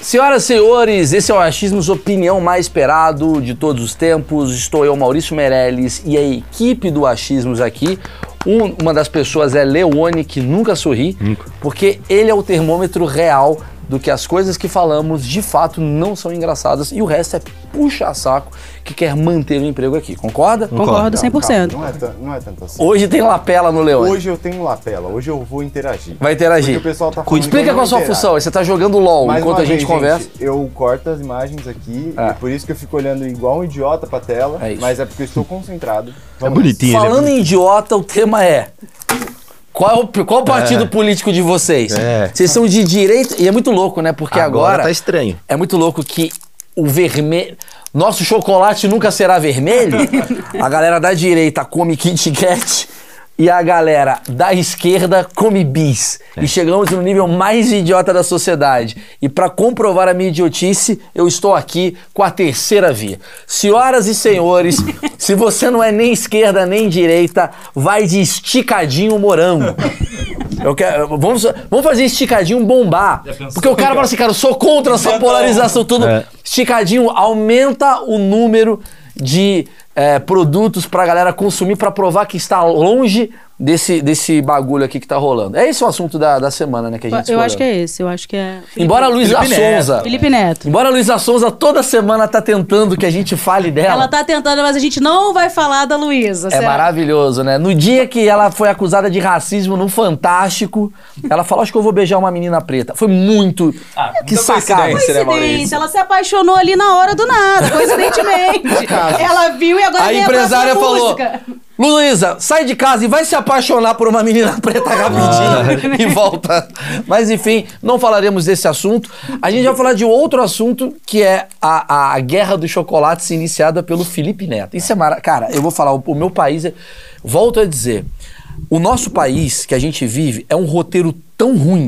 Senhoras e senhores, esse é o Achismos, opinião mais esperado de todos os tempos. Estou eu, Maurício Meirelles, e a equipe do Achismos aqui. Uma das pessoas é Leone, que nunca sorri, porque ele é o termômetro real do que as coisas que falamos de fato não são engraçadas e o resto é puxa-saco que quer manter o emprego aqui. Concorda? Concordo 100%. Não é tanto assim. Hoje tem lapela no Leone. Hoje eu tenho lapela, hoje eu vou interagir. Vai interagir. Porque o pessoal tá falando Explica qual é a sua função. Você tá jogando LOL Mais enquanto uma a gente vez, conversa. Eu corto as imagens aqui, e por isso que eu fico olhando igual um idiota pra tela, É isso. mas é porque eu estou concentrado. É bonitinho. Falando em idiota, o tema é... Qual o partido político de vocês? Vocês são de direita... E é muito louco, né? Porque agora tá estranho. é muito louco que o vermelho... Nosso chocolate nunca será vermelho. A galera da direita come Kit Kat e a galera da esquerda come bis. E chegamos no nível mais idiota da sociedade. E para comprovar a minha idiotice, eu estou aqui com a terceira via. Senhoras e senhores, se você não é nem esquerda nem direita, vai de esticadinho morango. Vamos fazer esticadinho bombar. Porque o cara fala assim, cara, eu sou contra essa polarização toda. Esticadinho aumenta o número de produtos pra galera consumir pra provar que está longe desse bagulho aqui que tá rolando. É esse o assunto da semana, né, que a gente escolheu. Eu acho que é esse, eu acho que é... Embora a Luísa Sonza... Felipe Neto. Embora a Luísa Sonza toda semana tá tentando que a gente fale dela. Ela tá tentando, mas a gente não vai falar da Luísa. É maravilhoso, né? No dia que ela foi acusada de racismo no Fantástico, ela falou, acho que eu vou beijar uma menina preta. Foi muito... que sacada. Coincidência, ela se apaixonou ali na hora do nada, coincidentemente. Ela viu e agora A vem empresária próxima falou... música. Luísa, sai de casa e vai se apaixonar por uma menina preta rapidinho e volta. Mas enfim, não falaremos desse assunto. A gente vai falar de outro assunto, que é a guerra dos chocolates iniciada pelo Felipe Neto. Isso é Cara, eu vou falar, o meu país... Volto a dizer, o nosso país que a gente vive é um roteiro tão ruim,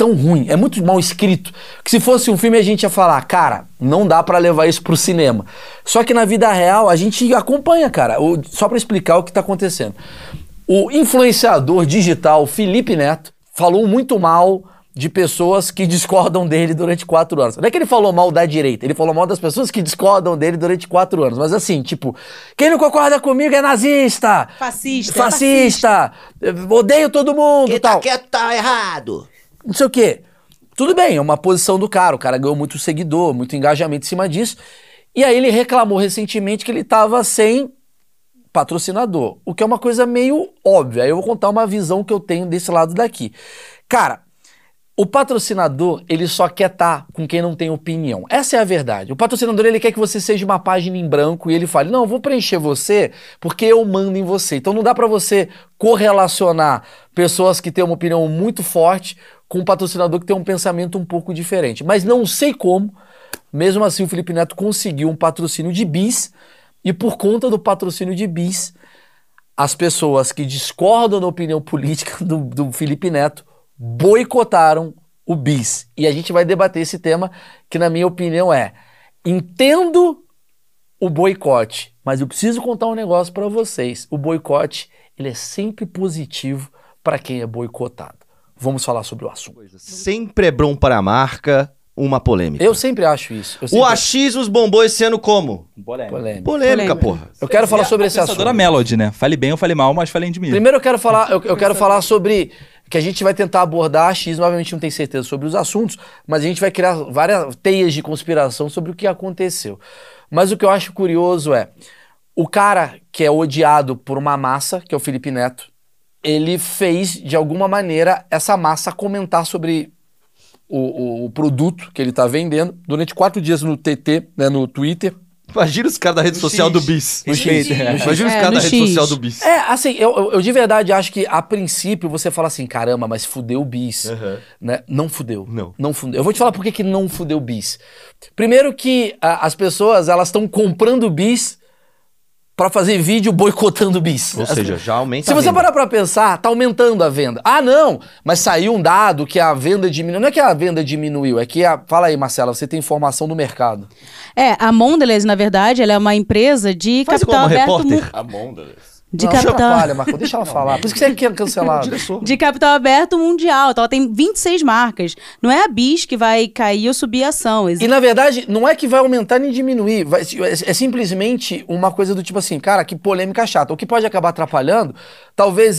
é muito mal escrito, que se fosse um filme a gente ia falar, cara, não dá pra levar isso pro cinema. Só que na vida real a gente acompanha, cara, só pra explicar o que tá acontecendo. O influenciador digital Felipe Neto falou muito mal de pessoas que discordam dele durante 4 anos. Não é que ele falou mal da direita, ele falou mal das pessoas que discordam dele durante 4 anos. Mas assim, tipo, quem não concorda comigo é nazista, fascista, odeio todo mundo, Quem tal. tá quieto tá errado. Não sei o quê. Tudo bem, é uma posição do cara. O cara ganhou muito seguidor, muito engajamento em cima disso. E aí ele reclamou recentemente que ele tava sem patrocinador. O que é uma coisa meio óbvia. Aí eu vou contar uma visão que eu tenho desse lado daqui. Cara, o patrocinador, ele só quer estar com quem não tem opinião. Essa é a verdade. O patrocinador, ele quer que você seja uma página em branco e ele fale, não, eu vou preencher você porque eu mando em você. Então não dá pra você correlacionar pessoas que têm uma opinião muito forte com um patrocinador que tem um pensamento um pouco diferente. Mas não sei como, mesmo assim o Felipe Neto conseguiu um patrocínio de bis e por conta do patrocínio de bis, as pessoas que discordam da opinião política do Felipe Neto boicotaram o bis. E a gente vai debater esse tema que, na minha opinião, entendo o boicote, mas eu preciso contar um negócio para vocês. O boicote, ele é sempre positivo para quem é boicotado. Vamos falar sobre o assunto. Sempre é bom para a marca uma polêmica. Eu sempre acho isso. O Achismos bombou esse ano como? Polêmica, porra. Eu quero falar sobre esse assunto. A Melody, né? Fale bem ou fale mal, mas falem de mim. Primeiro eu quero falar sobre... que a gente vai tentar abordar achismo, obviamente não tem certeza sobre os assuntos, mas a gente vai criar várias teias de conspiração sobre o que aconteceu. Mas o que eu acho curioso o cara que é odiado por uma massa, que é o Felipe Neto, ele fez, de alguma maneira, essa massa comentar sobre o produto que ele tá vendendo durante 4 dias no TT, né, no Twitter. Imagina os caras da rede social do bis. Imagina os caras da rede social do bis. Assim, eu de verdade acho que, a princípio, você fala assim, caramba, mas fudeu o bis. Né? Não fudeu. Não fudeu. Eu vou te falar por que não fudeu o bis. Primeiro que as pessoas, elas estão comprando o bis pra fazer vídeo boicotando o bis. Ou seja, já aumenta Se você parar pra pensar, tá aumentando a venda. Ah, não, mas saiu um dado que a venda diminuiu. Não é que a venda diminuiu, é que Fala aí, Marcela, você tem informação do mercado. A Mondelez, na verdade, ela é uma empresa de Faz capital como aberto... repórter. A Mondelez. De não, capital... Marco, deixa ela falar. Por isso que você quer cancelar. De capital aberto mundial. Então ela tem 26 marcas. Não é a BIS que vai cair ou subir a ação. E na verdade, não é que vai aumentar nem diminuir. É simplesmente uma coisa do tipo assim, cara, que polêmica chata. O que pode acabar atrapalhando, talvez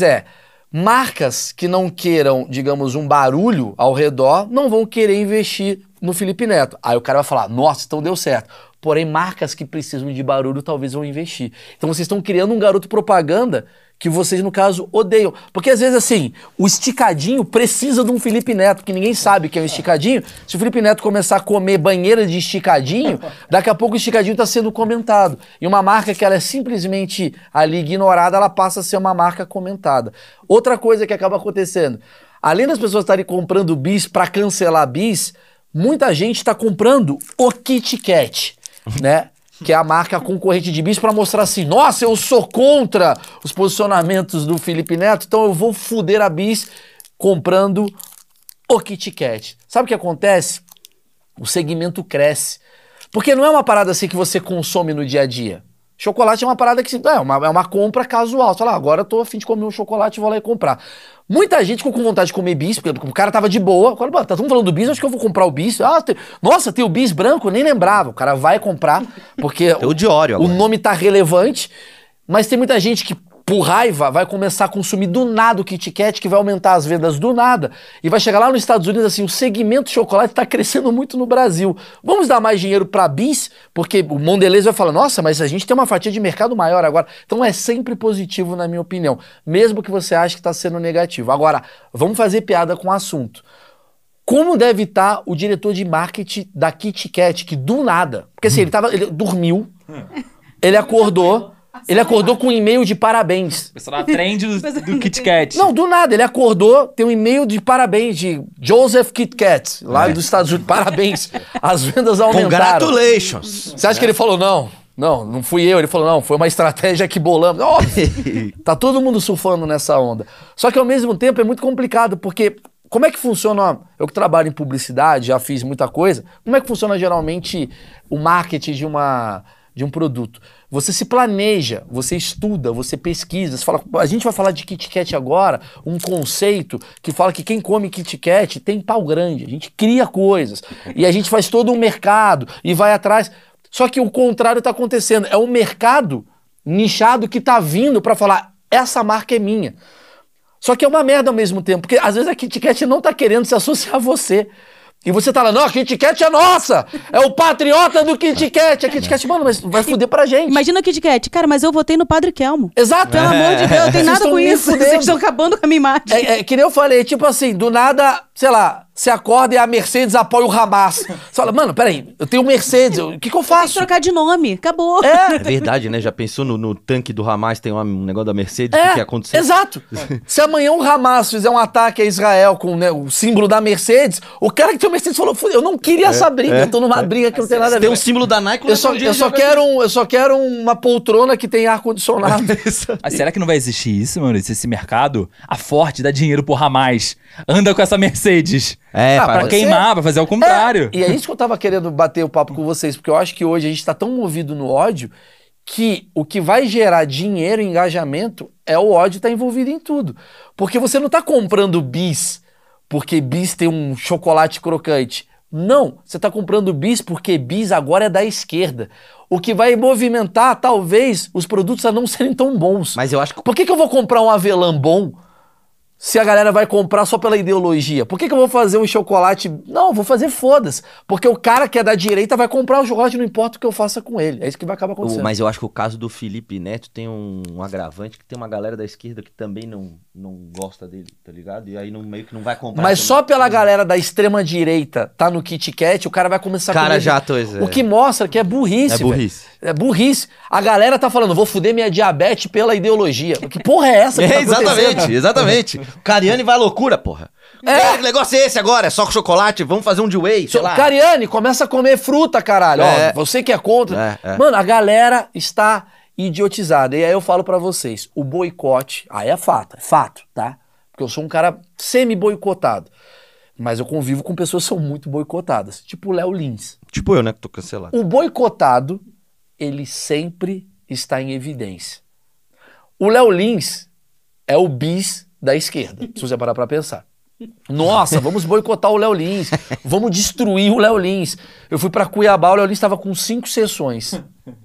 marcas que não queiram, digamos, um barulho ao redor, não vão querer investir no Felipe Neto. Aí o cara vai falar, nossa, então deu certo. Porém, marcas que precisam de barulho talvez vão investir. Então vocês estão criando um garoto propaganda que vocês, no caso, odeiam. Porque às vezes, assim, o esticadinho precisa de um Felipe Neto, que ninguém sabe que é um esticadinho. Se o Felipe Neto começar a comer banheira de esticadinho, daqui a pouco o esticadinho está sendo comentado. E uma marca que ela é simplesmente ali ignorada, ela passa a ser uma marca comentada. Outra coisa que acaba acontecendo, além das pessoas estarem comprando bis para cancelar bis, muita gente está comprando o Kit Kat, né? Que é a marca concorrente de bis, para mostrar assim, nossa, eu sou contra os posicionamentos do Felipe Neto, então eu vou fuder a bis comprando o Kit Kat. Sabe o que acontece? O segmento cresce. Porque não é uma parada assim que você consome no dia a dia. Chocolate é uma parada que é uma compra casual. Você fala, agora eu tô a fim de comer um chocolate e vou lá e comprar. Muita gente ficou com vontade de comer bis, porque o cara tava de boa. Agora, tá todo mundo falando do bis, acho que eu vou comprar o bis. Nossa, tem o bis branco, eu nem lembrava. O cara vai comprar, porque o Diório agora. O nome tá relevante. Mas tem muita gente que, por raiva, vai começar a consumir do nada o Kit Kat, que vai aumentar as vendas do nada. E vai chegar lá nos Estados Unidos, assim, o segmento de chocolate tá crescendo muito no Brasil. Vamos dar mais dinheiro pra bis? Porque o Mondelez vai falar, nossa, mas a gente tem uma fatia de mercado maior agora. Então é sempre positivo, na minha opinião. Mesmo que você ache que tá sendo negativo. Agora, vamos fazer piada com o assunto. Como deve estar o diretor de marketing da Kit Kat, que do nada... Porque assim, ele dormiu, ele acordou... Ele acordou com um e-mail de parabéns. Pessoal, a trend do Kit Kat. Não, do nada. Ele acordou, tem um e-mail de parabéns de Joseph Kit Kat, lá dos Estados Unidos. Parabéns. As vendas aumentaram. Congratulations. Você acha que ele falou, não fui eu. Ele falou, não, foi uma estratégia que bolamos. Óbvio. Tá todo mundo surfando nessa onda. Só que ao mesmo tempo é muito complicado, porque como é que funciona... Eu que trabalho em publicidade, já fiz muita coisa. Como é que funciona geralmente o marketing de um produto? Você se planeja, você estuda, você pesquisa, você fala, a gente vai falar de Kit Kat agora, um conceito que fala que quem come Kit Kat tem pau grande, a gente cria coisas, e a gente faz todo um mercado e vai atrás. Só que o contrário está acontecendo, é um mercado nichado que está vindo para falar, essa marca é minha. Só que é uma merda ao mesmo tempo, porque às vezes a Kit Kat não está querendo se associar a você. E você tá lá, não, a Kit Kat é nossa! É o patriota do Kit Kat! A Kit Kat, mano, mas vai fuder pra gente. Imagina o Kit Kat. Cara, mas eu votei no Padre Kelmo. Exato. Pelo amor de Deus, não tem nada com isso. Vocês estão acabando com a minha imagem. É que nem eu falei, tipo assim, do nada, sei lá, você acorda e a Mercedes apoia o Hamas. Você fala, mano, peraí, eu tenho Mercedes, o que eu faço? Tem que trocar de nome, acabou. É verdade, né? Já pensou no tanque do Hamas, tem um negócio da Mercedes, o que aconteceu? Exato. Se amanhã o Hamas fizer um ataque a Israel com, né, o símbolo da Mercedes, o cara que tem o Mercedes falou, eu não queria essa briga, eu tô numa briga que não tem nada a ver. Tem um símbolo da Nike, eu só quero uma poltrona que tem ar-condicionado. Mas será que não vai existir isso, mano? Esse mercado, a Ford dá dinheiro pro Hamas, anda com essa Mercedes. Pra queimar, pra fazer o contrário. E é isso que eu tava querendo bater o papo com vocês, porque eu acho que hoje a gente tá tão movido no ódio que o que vai gerar dinheiro e engajamento é o ódio tá envolvido em tudo. Porque você não tá comprando bis porque bis tem um chocolate crocante. Não, você tá comprando bis porque bis agora é da esquerda. O que vai movimentar, talvez, os produtos a não serem tão bons. Mas eu acho que... Por que eu vou comprar um avelã bom se a galera vai comprar só pela ideologia? Por que eu vou fazer um chocolate... Não, vou fazer foda-se. Porque o cara que é da direita vai comprar o chocolate, não importa o que eu faça com ele. É isso que vai acabar acontecendo. Mas eu acho que o caso do Felipe Neto tem um agravante, que tem uma galera da esquerda que também não gosta dele, tá ligado? E aí meio que não vai comprar. Mas só pela galera da extrema direita tá no Kit Kat, o cara vai começar a comer. O que mostra que é burrice, É burrice. É burrice. A galera tá falando, vou fuder minha diabetes pela ideologia. Que porra é essa que tá acontecendo? Exatamente. O Cariani vai à loucura, porra. Que negócio é esse agora? É só com chocolate? Vamos fazer um de whey, sei lá. Cariani, começa a comer fruta, caralho. Ó, você que é contra. Mano, a galera está idiotizada. E aí eu falo pra vocês, o boicote, aí é fato, tá? Porque eu sou um cara semi-boicotado. Mas eu convivo com pessoas que são muito boicotadas. Tipo o Léo Lins. Tipo eu, né, que tô cancelado. O boicotado, ele sempre está em evidência. O Léo Lins é o bis da esquerda, se você parar pra pensar. Nossa, vamos boicotar o Léo Lins, vamos destruir o Léo Lins. Eu fui pra Cuiabá, o Léo Lins estava com 5 sessões.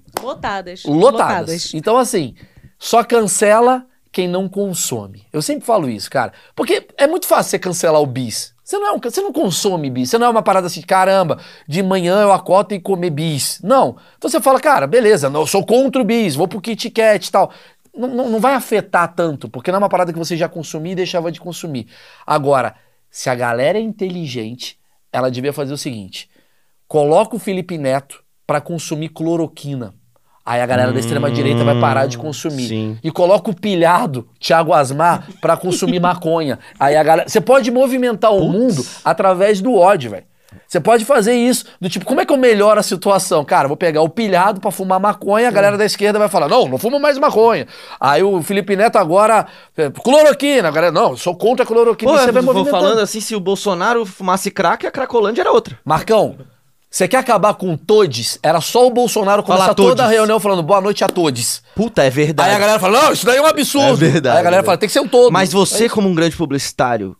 Lotadas. Então, assim, só cancela quem não consome. Eu sempre falo isso, cara. Porque é muito fácil você cancelar o bis. Você não consome bis. Você não é uma parada assim, caramba, de manhã eu acordo e comer bis. Não. Então você fala, cara, beleza, eu sou contra o bis, vou pro Kit Kat e tal. Não vai afetar tanto, porque não é uma parada que você já consumia e deixava de consumir. Agora, se a galera é inteligente, ela devia fazer o seguinte: coloca o Felipe Neto pra consumir cloroquina. Aí a galera da extrema-direita vai parar de consumir. Sim. E coloca o pilhado, Thiago Asmar, pra consumir maconha. Aí a galera... Você pode movimentar o mundo através do ódio, velho. Você pode fazer isso, do tipo, como é que eu melhoro a situação? Cara, vou pegar o pilhado pra fumar maconha, a galera da esquerda vai falar, não fumo mais maconha. Aí o Felipe Neto agora, cloroquina, a galera, não, eu sou contra a cloroquina. Pô, você vai vou movimentando. falando assim, se o Bolsonaro fumasse crack, a Cracolândia era outra. Marcão, você quer acabar com todes? Era só o Bolsonaro começar toda a reunião falando boa noite a todes. Puta, é verdade. Aí a galera fala, não, isso daí é um absurdo. É verdade. Aí a galera fala, tem que ser um todo. Mas você, como um grande publicitário,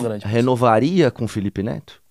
renovaria com o Felipe Neto?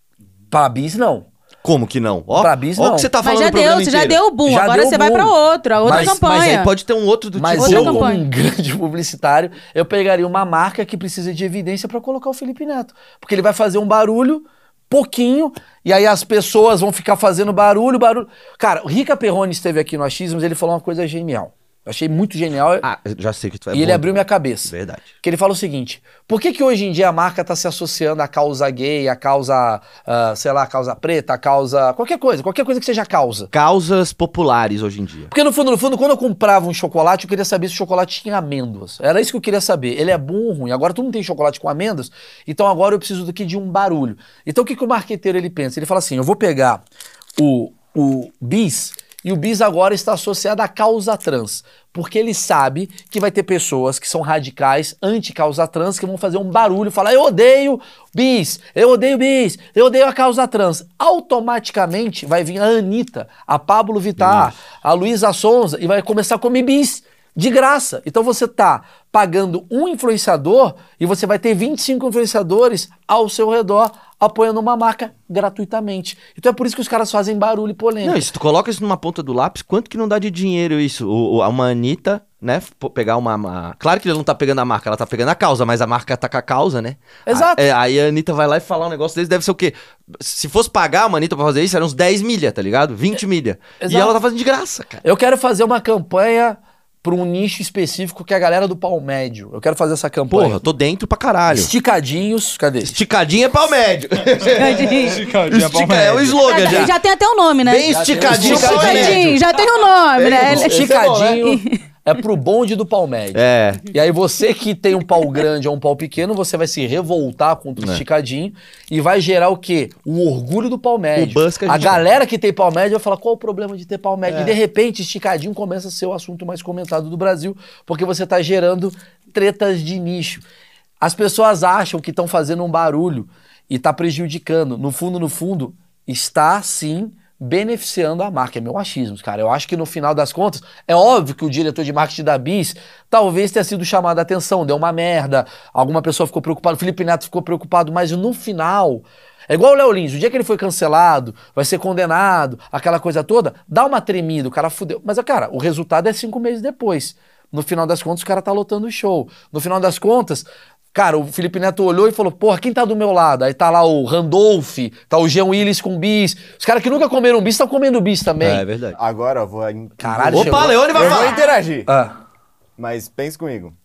Pra bis, não. Como que não? Ó, pra bis, ó não. o que você tá falando Mas no programa você já inteiro. deu o boom, Já agora deu você o vai boom. pra outra Mas campanha. Mas aí pode ter um outro do Mas tipo. eu, como um grande publicitário, eu pegaria uma marca que precisa de evidência pra colocar o Felipe Neto. Porque ele vai fazer um barulho, pouquinho, e aí as pessoas vão ficar fazendo barulho. Cara, o Rica Perrone esteve aqui no Achismos, ele falou uma coisa genial. Eu achei muito genial. Ah, já sei que tu vai. E ele abriu minha cabeça. Verdade. Que ele fala o seguinte: por que hoje em dia a marca tá se associando à causa gay, à causa, sei lá, à causa preta, à causa... qualquer coisa que seja causa. Causas populares hoje em dia. Porque no fundo, quando eu comprava um chocolate, eu queria saber se o chocolate tinha amêndoas. Era isso que eu queria saber. Ele é bom ou ruim? Agora todo mundo tem chocolate com amêndoas, então agora eu preciso daqui de um barulho. Então o que o marqueteiro ele pensa? Ele fala assim, eu vou pegar o bis... E o bis agora está associado à causa trans, porque ele sabe que vai ter pessoas que são radicais, anti-causa trans, que vão fazer um barulho, falar eu odeio bis, eu odeio a causa trans. Automaticamente vai vir a Anitta, a Pablo Vittar, a Luísa Sonza e vai começar a comer bis de graça. Então você tá pagando um influenciador e você vai ter 25 influenciadores ao seu redor apoiando uma marca gratuitamente. Então é por isso que os caras fazem barulho e polêmica. Não, e se tu coloca isso numa ponta do lápis, quanto que não dá de dinheiro isso? Uma Anitta, né, pegar uma... Claro que ele não tá pegando a marca, ela tá pegando a causa, mas a marca tá com a causa, né? Exato. Aí a Anitta vai lá e falar um negócio desse, deve ser o quê? Se fosse pagar uma Anitta pra fazer isso, eram uns 10 milha, tá ligado? 20 milha. Exato. E ela tá fazendo de graça, cara. Eu quero fazer uma campanha para um nicho específico que é a galera do pau médio. Eu quero fazer essa campanha. Porra, eu tô dentro pra caralho. Esticadinhos, cadê? Esticadinho é pau médio. Esticadinho É o slogan já. Já tem até um nome, né? Bem esticadinho, pau médio. Esticadinho, já tem um nome, né? Esticadinho é pro bonde do pau médio. É. E aí você que tem um pau grande ou um pau pequeno, você vai se revoltar contra o esticadinho e vai gerar o quê? O orgulho do pau médio. O buzz que a gente galera que tem pau médio vai falar, qual o problema de ter pau médio? E de repente, esticadinho começa a ser o assunto mais comentado do Brasil, porque você tá gerando tretas de nicho. As pessoas acham que estão fazendo um barulho e tá prejudicando. No fundo, está sim beneficiando a marca. É meu achismo, cara. Eu acho que no final das contas, é óbvio que o diretor de marketing da Bis talvez tenha sido chamado a atenção, deu uma merda, alguma pessoa ficou preocupada, o Felipe Neto ficou preocupado, mas no final... É igual o Léo Lins, o dia que ele foi cancelado, vai ser condenado, aquela coisa toda, dá uma tremida, o cara fudeu. Mas, cara, o resultado é 5 meses depois. No final das contas, o cara tá lotando o show. No final das contas... Cara, o Felipe Neto olhou e falou, porra, quem tá do meu lado? Aí tá lá o Randolph, tá o Jean Willis com bis. Os caras que nunca comeram bis estão comendo bis também. É verdade. Agora eu vou... Caralho, Opa, Leone vai eu vou falar. interagir. Mas pense comigo.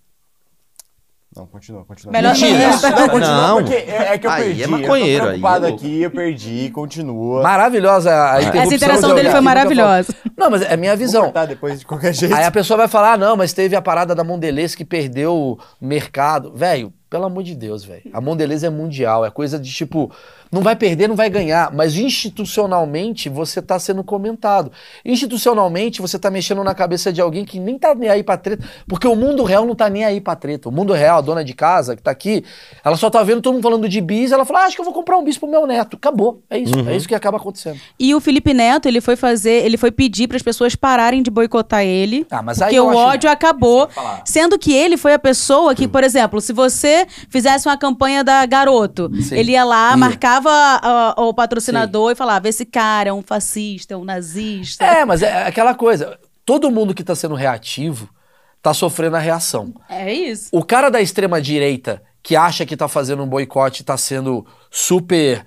Não, continua. Melhor- Não, continua, Não. porque é que eu Aí perdi. é maconheiro, eu tô preocupado aí é aqui, eu perdi, continua. maravilhosa a interrupção. Essa interação dele foi maravilhosa. Não, mas é minha Vou visão. cortar depois de qualquer jeito. Aí a pessoa vai falar, não, mas teve a parada da Mondelez que perdeu o mercado. Velho, Pelo amor de Deus, velho. A Mondelez é mundial, é coisa de tipo, não vai perder, não vai ganhar, mas institucionalmente você tá sendo comentado. Institucionalmente você tá mexendo na cabeça de alguém que nem tá nem aí pra treta, porque o mundo real não tá nem aí pra treta. O mundo real, a dona de casa que tá aqui, ela só tá vendo todo mundo falando de bis, ela fala, acho que eu vou comprar um bis pro meu neto. Acabou, é isso que acaba acontecendo. E o Felipe Neto, ele foi pedir para as pessoas pararem de boicotar ele, mas porque aí o ódio acabou, sendo que ele foi a pessoa que, por exemplo, se você fizesse uma campanha da Garoto, ele ia lá, marcava o patrocinador e falava, esse cara é um fascista, é um nazista. Mas é aquela coisa, todo mundo que tá sendo reativo tá sofrendo a reação. É isso. O cara da extrema-direita que acha que tá fazendo um boicote, tá sendo super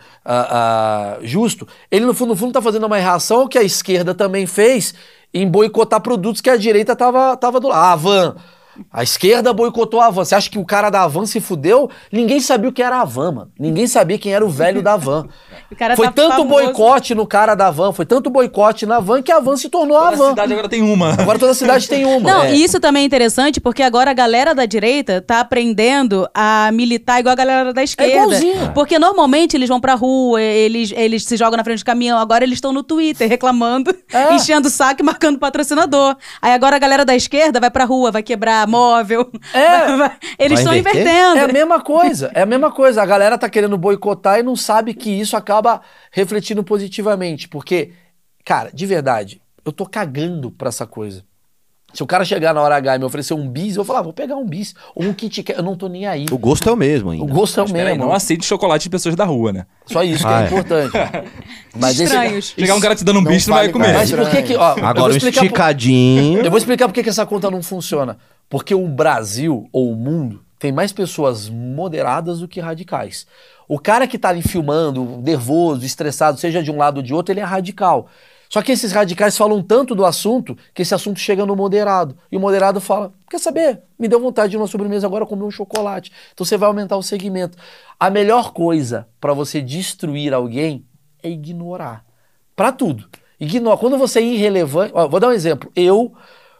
justo, ele no fundo tá fazendo uma reação que a esquerda também fez em boicotar produtos que a direita tava do lado. A Havan. A esquerda boicotou a Havan. Você acha que o cara da Havan se fudeu? Ninguém sabia o que era a Havan, mano. Ninguém sabia quem era o velho da Havan. Foi tanto boicote no cara da Havan, foi tanto boicote na Havan que a Havan se tornou a Havan. Toda a cidade agora tem uma. Agora toda a cidade tem uma. Não, e isso também é interessante porque agora a galera da direita tá aprendendo a militar igual a galera da esquerda. Igualzinho. Porque normalmente eles vão pra rua, eles se jogam na frente do caminhão, agora eles estão no Twitter reclamando, enchendo o saco e marcando patrocinador. Aí agora a galera da esquerda vai pra rua, vai quebrar móvel. Eles estão invertendo. É a mesma coisa. A galera tá querendo boicotar e não sabe que isso acaba refletindo positivamente. Porque, cara, de verdade, eu tô cagando pra essa coisa. Se o cara chegar na hora H e me oferecer um bis, eu vou falar, vou pegar um bis. Ou um Kit Kat, eu não tô nem aí. O gosto é o mesmo ainda. O gosto é o mesmo. Aí, não aceite chocolate de pessoas da rua, né? Só isso que é importante. Mas estranhos. Chegar um cara te dando um bicho, não vai comer. Mas por que que... Ó, agora um esticadinho... Eu vou explicar por que essa conta não funciona. Porque o Brasil, ou o mundo, tem mais pessoas moderadas do que radicais. O cara que tá ali filmando, nervoso, estressado, seja de um lado ou de outro, ele é radical. Só que esses radicais falam tanto do assunto que esse assunto chega no moderado. E o moderado fala, quer saber? Me deu vontade de uma sobremesa agora, comer um chocolate. Então você vai aumentar o segmento. A melhor coisa para você destruir alguém é ignorar. Para tudo. Ignora. Quando você é irrelevante... Ó, vou dar um exemplo. Eu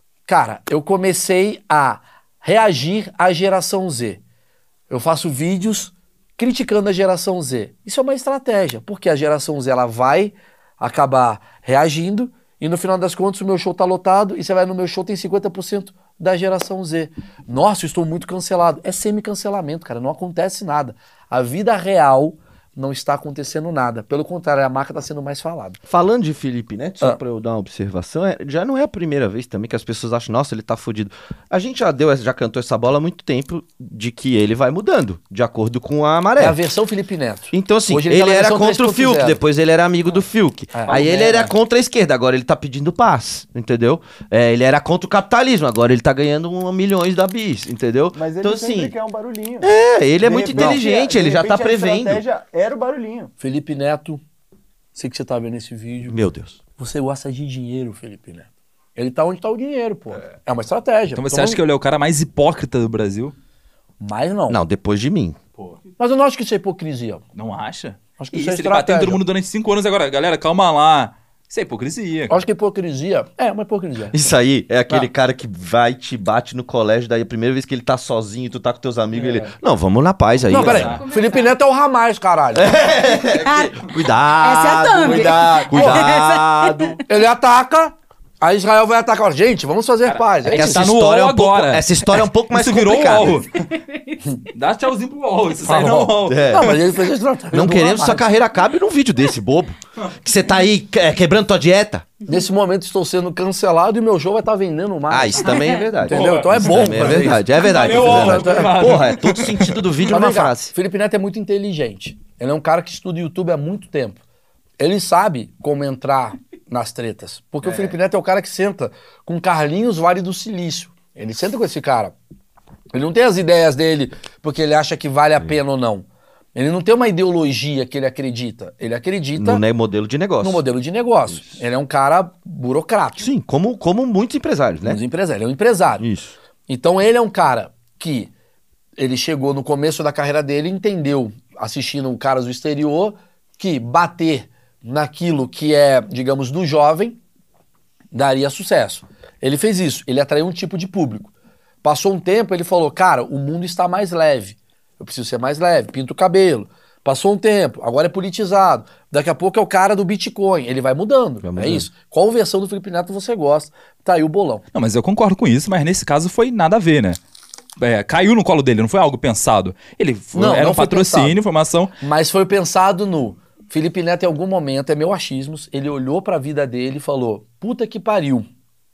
comecei a reagir à geração Z. Eu faço vídeos criticando a geração Z. Isso é uma estratégia, porque a geração Z ela vai acabar reagindo e no final das contas o meu show tá lotado e você vai no meu show tem 50% da geração Z. Nossa, eu estou muito cancelado. É semi-cancelamento, cara, não acontece nada. A vida real não está acontecendo nada. Pelo contrário, a marca está sendo mais falada. Falando de Felipe Neto, só pra eu dar uma observação, já não é a primeira vez também que as pessoas acham, nossa, ele tá fudido. A gente já cantou essa bola há muito tempo de que ele vai mudando, de acordo com a maré. É a versão Felipe Neto. Então assim, ele era contra o Fiuk, depois ele era amigo do Fiuk. Aí ele era contra a esquerda, agora ele tá pedindo paz, entendeu? Ele era contra o capitalismo, agora ele tá ganhando milhões da bis, entendeu? Mas ele então, sempre assim, quer um barulhinho. Ele é muito inteligente, ele já tá prevendo. Era o barulhinho. Felipe Neto, sei que você tá vendo esse vídeo. Meu Deus. Você gosta de dinheiro, Felipe Neto. Ele tá onde tá o dinheiro, pô. É uma estratégia. Então você acha que ele é o cara mais hipócrita do Brasil? Mas não. Não, depois de mim. Pô. Mas eu não acho que isso é hipocrisia. Não acha? Acho que E isso é ele bateu em estratégia. todo mundo durante 5 anos agora. Galera, calma lá. Isso é hipocrisia. Eu acho que hipocrisia é uma hipocrisia. Isso aí é aquele cara que vai, te bate no colégio, daí a primeira vez que ele tá sozinho, tu tá com teus amigos, ele... Não, vamos na paz aí. Não, peraí. Felipe Neto é o Ramais, caralho. Cuidado. Essa é a thumb. Cuidado. Ele ataca, aí Israel vai atacar. Gente, vamos fazer paz. é que Essa tá no história é UOL um pouco, agora. essa história é um pouco mais Isso virou complicada. UOL. Dá tchauzinho pro UOL. Isso sai no UOL. Não, mas ele fez a estratégia. Não do queremos que Ramais. sua carreira acabe num vídeo desse, bobo. Que você tá aí quebrando tua dieta. Nesse momento estou sendo cancelado e meu show vai estar vendendo mais. Ah, isso também é verdade. Entendeu? Então é Isso bom. também fazer É verdade, isso. é verdade. Valeu, é verdade. UOL. Porra, é todo sentido do vídeo Mas numa vem cá, frase. Felipe Neto é muito inteligente. Ele é um cara que estuda YouTube há muito tempo. Ele sabe como entrar nas tretas. Porque o Felipe Neto é o cara que senta com Carlinhos Vale do Silício. Ele senta com esse cara. Ele não tem as ideias dele porque ele acha que vale a pena ou não. Ele não tem uma ideologia que ele acredita. Ele acredita No modelo de negócio. no modelo de negócio. Isso. Ele é um cara burocrático. Sim, como muitos empresários, né? Ele é um empresário. Isso. Então ele é um cara que ele chegou no começo da carreira dele e entendeu, assistindo caras do exterior, que bater naquilo que é, digamos, do jovem, daria sucesso. Ele fez isso, ele atraiu um tipo de público. Passou um tempo, ele falou, cara, o mundo está mais leve. eu preciso ser mais leve, pinto o cabelo. Passou um tempo, agora é politizado. Daqui a pouco é o cara do Bitcoin. Ele vai mudando. É isso. Qual versão do Felipe Neto você gosta? Tá aí o bolão. Não, mas eu concordo com isso, mas nesse caso foi nada a ver, né? Caiu no colo dele, não foi algo pensado. Era um patrocínio, informação. Mas foi pensado no... Felipe Neto, em algum momento, é meu achismos, ele olhou pra vida dele e falou, puta que pariu.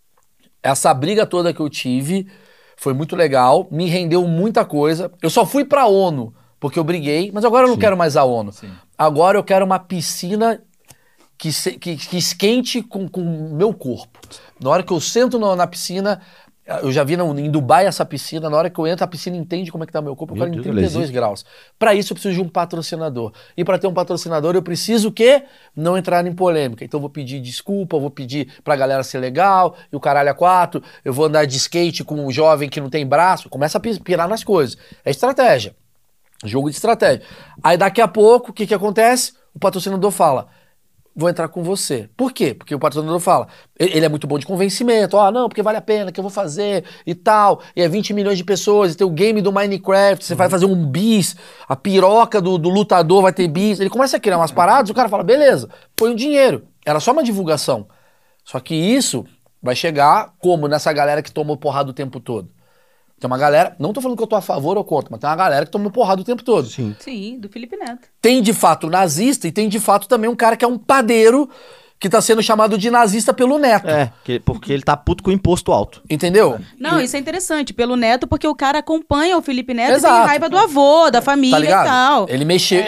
Essa briga toda que eu tive foi muito legal, me rendeu muita coisa. Eu só fui pra ONU porque eu briguei, mas agora eu não quero mais a ONU. Sim. Agora eu quero uma piscina que esquente com o meu corpo. Na hora que eu sento na piscina, eu já vi em Dubai essa piscina, na hora que eu entro, a piscina entende como é que tá o meu corpo, eu quero em 32 graus. Para isso eu preciso de um patrocinador. E para ter um patrocinador eu preciso o quê? Não entrar em polêmica. Então eu vou pedir desculpa, eu vou pedir pra galera ser legal, e o caralho a 4, eu vou andar de skate com um jovem que não tem braço, começa a pirar nas coisas. É estratégia. Jogo de estratégia. Aí daqui a pouco, o que acontece? O patrocinador fala, vou entrar com você. Por quê? Porque o patrocinador fala, ele é muito bom de convencimento, não, porque vale a pena, que eu vou fazer e tal, e é 20 milhões de pessoas, e tem o game do Minecraft, você vai fazer um bis, a piroca do lutador vai ter bis, ele começa a criar umas paradas, o cara fala, beleza, põe o dinheiro. Era só uma divulgação. Só que isso vai chegar como nessa galera que tomou porrada o tempo todo. Tem uma galera, não tô falando que eu tô a favor ou contra, mas tem uma galera que toma porrada o tempo todo. Sim, do Felipe Neto. Tem de fato nazista e tem de fato também um cara que é um padeiro que tá sendo chamado de nazista pelo Neto. Porque ele tá puto com imposto alto. Entendeu? Não, isso é interessante. Pelo Neto, porque o cara acompanha o Felipe Neto e tem raiva do avô, da família tá e tal. Ele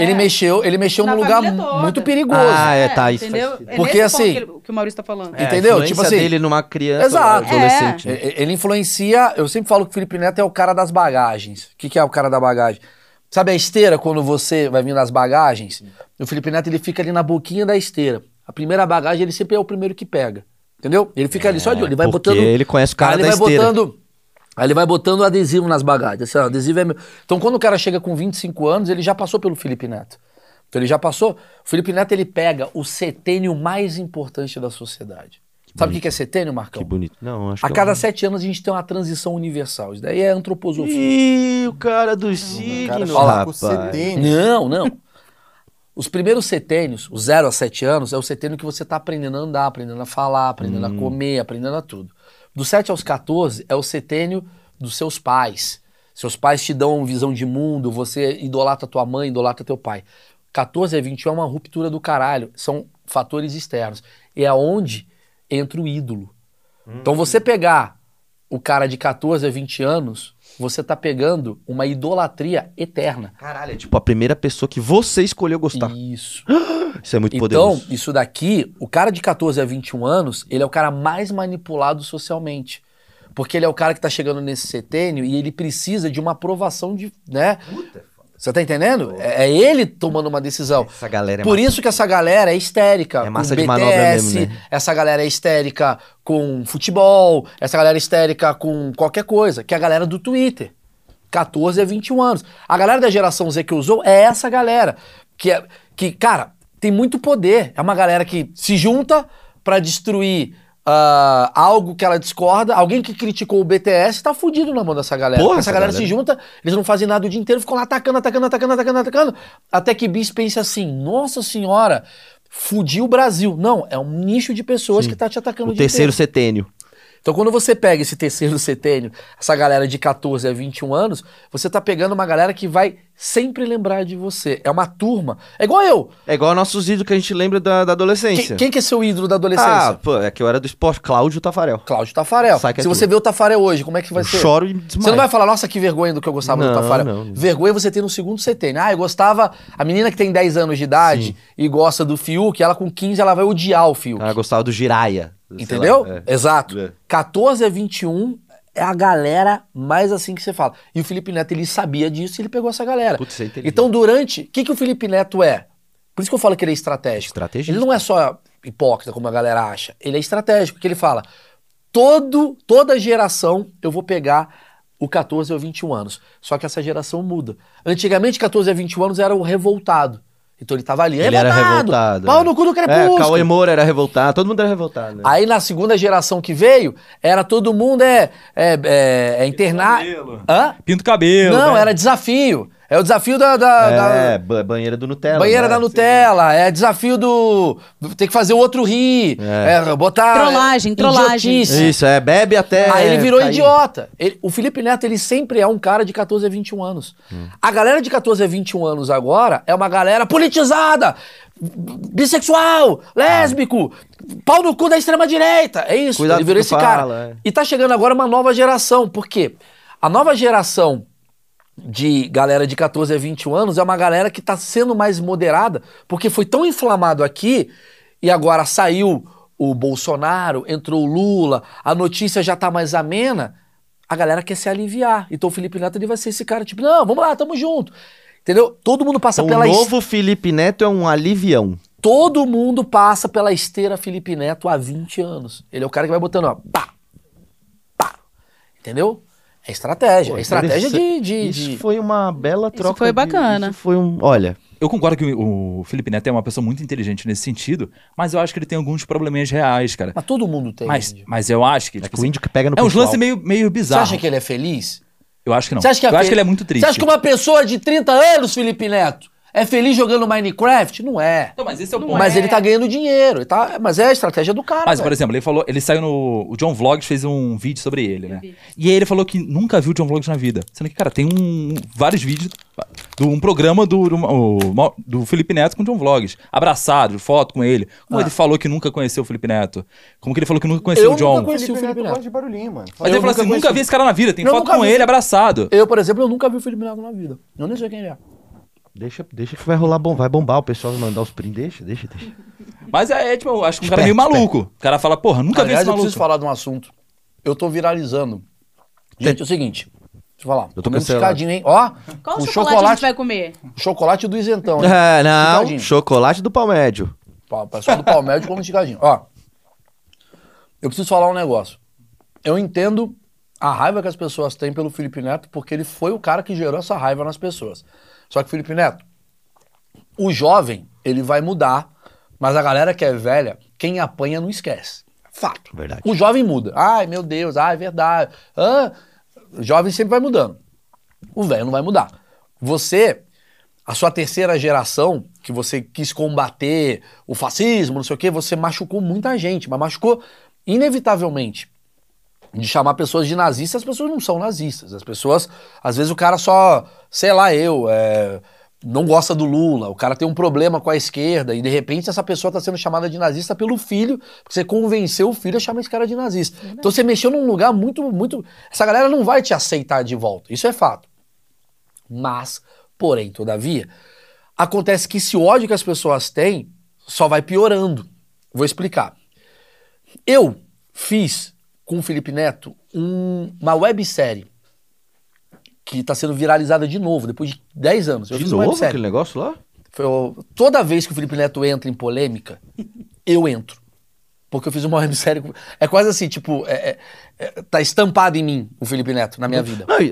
mexeu num lugar muito perigoso. Isso entendeu? Porque assim... que o Maurício tá falando. Entendeu? Tipo assim... dele numa criança, exato. Adolescente. Né? Ele influencia... Eu sempre falo que o Felipe Neto é o cara das bagagens. O que é o cara da bagagem? Sabe a esteira, quando você vai vir nas bagagens? O Felipe Neto, ele fica ali na boquinha da esteira. A primeira bagagem, ele sempre é o primeiro que pega. Entendeu? Ele fica ali só de olho. Ele vai botando... ele conhece o cara da esteira. Aí ele vai botando adesivo nas bagagens. Esse adesivo é meu. Então, quando o cara chega com 25 anos, ele já passou pelo Felipe Neto. Então, ele já passou. O Felipe Neto, ele pega o setênio mais importante da sociedade. Sabe o que é setênio, Marcão? Que bonito. Não, acho a cada 7 anos a gente tem uma transição universal. Isso daí é antroposofia. Ih, o cara do signo, rapaz. Não. Os primeiros setênios, os 0 a 7 anos, é o setênio que você tá aprendendo a andar, aprendendo a falar, aprendendo a comer, aprendendo a tudo. Dos 7 aos 14 é o setênio dos seus pais. Seus pais te dão visão de mundo, você idolatra tua mãe, idolatra teu pai. 14 a 21 é uma ruptura do caralho, são fatores externos. É aonde entra o ídolo. Então você pegar o cara de 14 a 20 anos, você tá pegando uma idolatria eterna. Caralho, é tipo a primeira pessoa que você escolheu gostar. Isso. Isso é muito poderoso. Então, isso daqui, o cara de 14 a 21 anos, ele é o cara mais manipulado socialmente. Porque ele é o cara que tá chegando nesse setênio e ele precisa de uma aprovação de, né? Puta. Você tá entendendo? É ele tomando uma decisão. Essa galera Por isso que essa galera é histérica. É massa com de BTS, manobra mesmo, né? Essa galera é histérica com futebol, essa galera é histérica com qualquer coisa, que é a galera do Twitter. 14 a 21 anos. A galera da geração Z que usou é essa galera. Que, cara, tem muito poder. É uma galera que se junta pra destruir algo que ela discorda. Alguém que criticou o BTS tá fudido na mão dessa galera. Porra, essa galera se junta, eles não fazem nada o dia inteiro, ficam lá atacando. Até que Bis pensa assim, nossa senhora, fudiu o Brasil. Não, é um nicho de pessoas que tá te atacando o dia inteiro. O terceiro setênio. Então quando você pega esse terceiro setênio, essa galera de 14 a 21 anos, você tá pegando uma galera que vai sempre lembrar de você. É uma turma. É igual eu. É igual nossos ídolos que a gente lembra da adolescência. Quem que é seu ídolo da adolescência? Pô, é que eu era do esporte. Cláudio Tafarel. Cláudio Tafarel. Se você vê o Tafarel hoje, como é que vai ser? Choro e desmaio. Você não vai falar, nossa, que vergonha do que eu gostava do Tafarel. Não. Vergonha você ter no segundo setênio. Eu gostava... A menina que tem 10 anos de idade e gosta do Fiuk, ela com 15, ela vai odiar o Fiuk. Ela gostava do Jiraya. Entendeu? Exato. 14 a 21 é a galera mais assim que você fala. E o Felipe Neto, ele sabia disso e ele pegou essa galera. Putz, então, o que o Felipe Neto é? Por isso que eu falo que ele é estratégico. Ele não é só hipócrita, como a galera acha. Ele é estratégico, porque ele fala, toda geração eu vou pegar o 14 ou 21 anos. Só que essa geração muda. Antigamente, 14 a 21 anos era o revoltado. Então ele tava ali, ele era revoltado. Pau no cu do crepúsculo. Cauê Moura era revoltado, todo mundo era revoltado. Né? Aí na segunda geração que veio, era todo mundo internar... Pinto cabelo. Não, era desafio. É o desafio banheira do Nutella. Banheira da Nutella. É desafio do... Tem que fazer o outro rir. Botar... Trollagem. Isso, bebe até... Aí ele virou idiota. O Felipe Neto, ele sempre é um cara de 14 a 21 anos. A galera de 14 a 21 anos agora é uma galera politizada, bissexual, lésbico, pau no cu da extrema-direita. É isso, Cuidado ele virou esse cara. E tá chegando agora uma nova geração. Por quê? A nova geração de galera de 14 a 21 anos é uma galera que tá sendo mais moderada, porque foi tão inflamado aqui, e agora saiu o Bolsonaro, entrou o Lula, a notícia já tá mais amena, a galera quer se aliviar. Então o Felipe Neto ele vai ser esse cara, tipo, não, vamos lá, tamo junto. Entendeu? Todo mundo passa pela... O novo Felipe Neto é um alivião. Todo mundo passa pela esteira Felipe Neto há 20 anos. Ele é o cara que vai botando, ó, pá, pá. Entendeu? É estratégia. É estratégia Isso foi uma bela troca. Isso foi bacana. Isso foi Olha... Eu concordo que o Felipe Neto é uma pessoa muito inteligente nesse sentido, mas eu acho que ele tem alguns probleminhas reais, cara. Mas todo mundo tem. Mas eu acho que... Tipo, o índio que pega no uns lances meio bizarros. Você acha que ele é feliz? Eu acho que não. Eu acho que ele é muito triste. Você acha que uma pessoa de 30 anos, Felipe Neto, é feliz jogando Minecraft? Não é. Não, mas esse é o ponto. Mas ele tá ganhando dinheiro. Mas é a estratégia do cara. Mas, por exemplo, ele saiu no... O John Vlogs fez um vídeo sobre ele, né? E aí ele falou que nunca viu o John Vlogs na vida. Sendo que, cara, tem vários vídeos um programa do Felipe Neto com o John Vlogs. Abraçado, foto com ele. Como ele falou que nunca conheceu o Felipe Neto. Como que ele falou que nunca conheceu o John. Eu nunca conheci o Felipe Neto. De barulhinho, mano. Mas ele falou assim, nunca vi esse cara na vida. Tem foto com ele, abraçado. Eu, por exemplo, eu nunca vi o Felipe Neto na vida. Eu nem sei quem é. Deixa que vai rolar bom, vai bombar, o pessoal vai mandar os prints, deixa. Mas tipo, eu acho que um cara é meio maluco. O cara fala, porra, nunca vi esse maluco. Eu preciso falar de um assunto. Eu tô viralizando. Gente, é o seguinte, deixa eu falar. Eu tô cancelado. Esticadinho, hein? Ó, qual o chocolate a gente vai comer? O chocolate do isentão, hein? Não, chocolate do Palmédio. O pessoal do Palmédio come esticadinho. Ó, eu preciso falar um negócio. Eu entendo a raiva que as pessoas têm pelo Felipe Neto, porque ele foi o cara que gerou essa raiva nas pessoas. Só que, Felipe Neto, o jovem, ele vai mudar, mas a galera que é velha, quem apanha não esquece. Fato. Verdade. O jovem muda. Ai, meu Deus, é verdade. O jovem sempre vai mudando. O velho não vai mudar. Você, a sua terceira geração, que você quis combater o fascismo, não sei o quê, você machucou muita gente, mas machucou inevitavelmente. De chamar pessoas de nazistas, as pessoas não são nazistas. As pessoas, às vezes o cara só, sei lá, não gosta do Lula, o cara tem um problema com a esquerda e de repente essa pessoa está sendo chamada de nazista pelo filho, porque você convenceu o filho a chamar esse cara de nazista. Então você mexeu num lugar muito... Essa galera não vai te aceitar de volta, isso é fato. Mas, porém, todavia, acontece que esse ódio que as pessoas têm só vai piorando. Vou explicar. Eu fiz com o Felipe Neto uma websérie que está sendo viralizada de novo, depois de 10 anos. De novo aquele negócio lá? Toda vez que o Felipe Neto entra em polêmica, eu entro. Porque eu fiz uma websérie... É quase assim, tipo... tá estampado em mim o Felipe Neto, na minha vida. Não,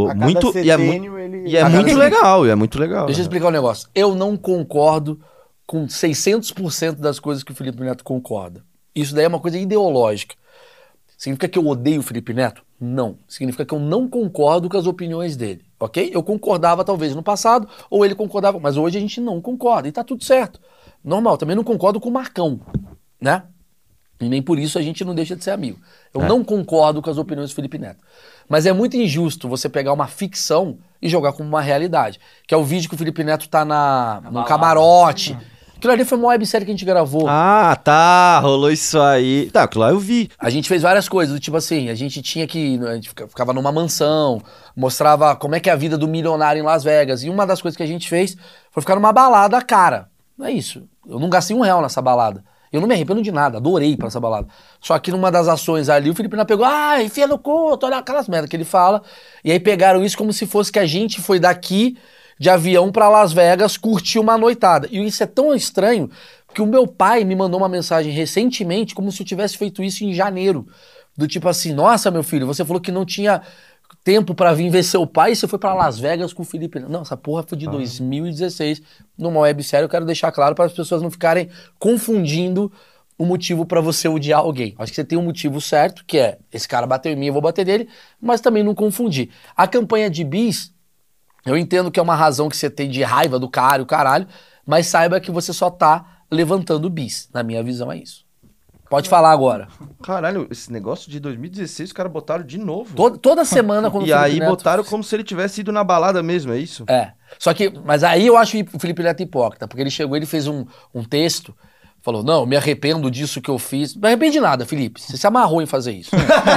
é muito legal. Deixa eu explicar um negócio. Eu não concordo com 600% das coisas que o Felipe Neto concorda. Isso daí é uma coisa ideológica. Significa que eu odeio o Felipe Neto? Não. Significa que eu não concordo com as opiniões dele, ok? Eu concordava talvez no passado, ou ele concordava, mas hoje a gente não concorda, e tá tudo certo. Normal, também não concordo com o Marcão, né? E nem por isso a gente não deixa de ser amigo. Eu não concordo com as opiniões do Felipe Neto. Mas é muito injusto você pegar uma ficção e jogar como uma realidade, que é o vídeo que o Felipe Neto tá no camarote. Aquilo ali foi uma websérie que a gente gravou. Ah, tá, rolou isso aí. Tá, aquilo lá eu vi. A gente fez várias coisas, tipo assim, a gente ficava numa mansão, mostrava como é que é a vida do milionário em Las Vegas. E uma das coisas que a gente fez foi ficar numa balada cara. Não é isso. Eu não gastei R$1 nessa balada. Eu não me arrependo de nada, adorei ir pra essa balada. Só que numa das ações ali, o Felipe Neto pegou, enfia no cu, olha aquelas merdas que ele fala. E aí pegaram isso como se fosse que a gente foi daqui de avião pra Las Vegas curtir uma noitada. E isso é tão estranho que o meu pai me mandou uma mensagem recentemente como se eu tivesse feito isso em janeiro. Do tipo assim, nossa, meu filho, você falou que não tinha tempo pra vir ver seu pai e você foi pra Las Vegas com o Felipe. Não, essa porra foi de 2016, numa websérie. Eu quero deixar claro para as pessoas não ficarem confundindo o motivo pra você odiar alguém. Acho que você tem um motivo certo, que é, esse cara bateu em mim, eu vou bater nele, mas também não confundir. A campanha de bis, Eu entendo que é uma razão que você tem de raiva do cara e o caralho, mas saiba que você só tá levantando bis. Na minha visão é isso. Pode falar agora. Caralho, esse negócio de 2016 os caras botaram de novo. Toda semana quando E aí botaram como se ele tivesse ido na balada mesmo, é isso? É. Só que, mas aí eu acho o Felipe Neto hipócrita, porque ele chegou, ele fez um texto, falou, não, me arrependo disso que eu fiz. Não me arrepende de nada, Felipe. Você se amarrou em fazer isso.